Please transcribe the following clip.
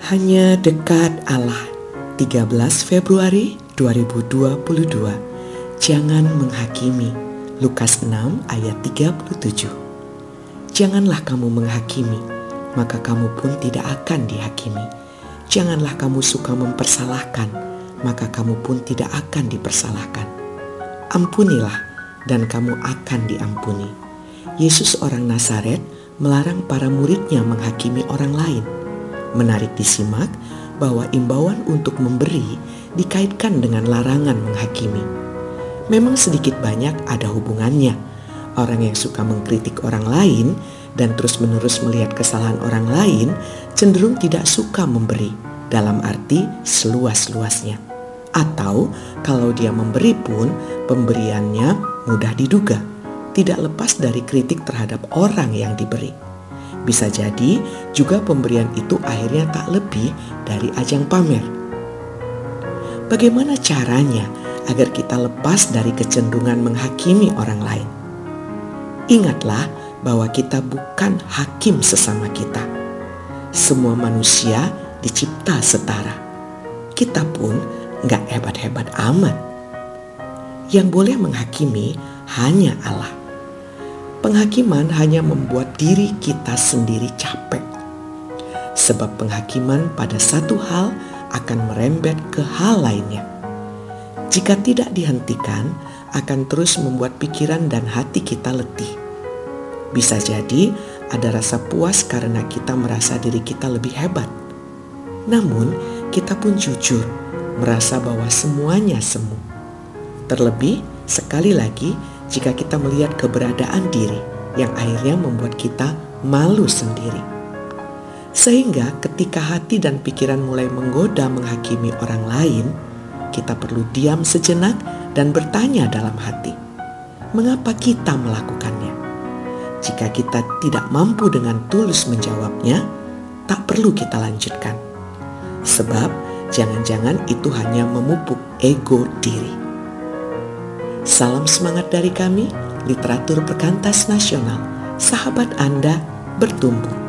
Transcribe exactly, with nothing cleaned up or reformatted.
Hanya dekat Allah. tiga belas Februari dua ribu dua puluh dua. Jangan menghakimi. Lukas enam ayat tiga puluh tujuh. Janganlah kamu menghakimi, maka kamu pun tidak akan dihakimi. Janganlah kamu suka mempersalahkan, maka kamu pun tidak akan dipersalahkan. Ampunilah, dan kamu akan diampuni. Yesus orang Nazaret melarang para muridnya menghakimi orang lain. Menarik disimak bahwa imbauan untuk memberi dikaitkan dengan larangan menghakimi. Memang sedikit banyak ada hubungannya. Orang yang suka mengkritik orang lain dan terus-menerus melihat kesalahan orang lain cenderung tidak suka memberi, dalam arti seluas-luasnya. Atau kalau dia memberi pun, pemberiannya mudah diduga, tidak lepas dari kritik terhadap orang yang diberi. Bisa jadi juga pemberian itu akhirnya tak lebih dari ajang pamer. Bagaimana caranya agar kita lepas dari kecenderungan menghakimi orang lain? Ingatlah bahwa kita bukan hakim sesama kita. Semua manusia dicipta setara. Kita pun gak hebat-hebat amat. Yang boleh menghakimi hanya Allah. Penghakiman hanya membuat diri kita sendiri capek. Sebab penghakiman pada satu hal akan merembet ke hal lainnya. Jika tidak dihentikan, akan terus membuat pikiran dan hati kita letih. Bisa jadi ada rasa puas karena kita merasa diri kita lebih hebat. Namun, kita pun jujur merasa bahwa semuanya semu. Terlebih, sekali lagi, jika kita melihat keberadaan diri yang akhirnya membuat kita malu sendiri. Sehingga ketika hati dan pikiran mulai menggoda menghakimi orang lain, kita perlu diam sejenak dan bertanya dalam hati, mengapa kita melakukannya? Jika kita tidak mampu dengan tulus menjawabnya, tak perlu kita lanjutkan. Sebab jangan-jangan itu hanya memupuk ego diri. Salam semangat dari kami, Literatur Perkantas Nasional. Sahabat Anda bertumbuh.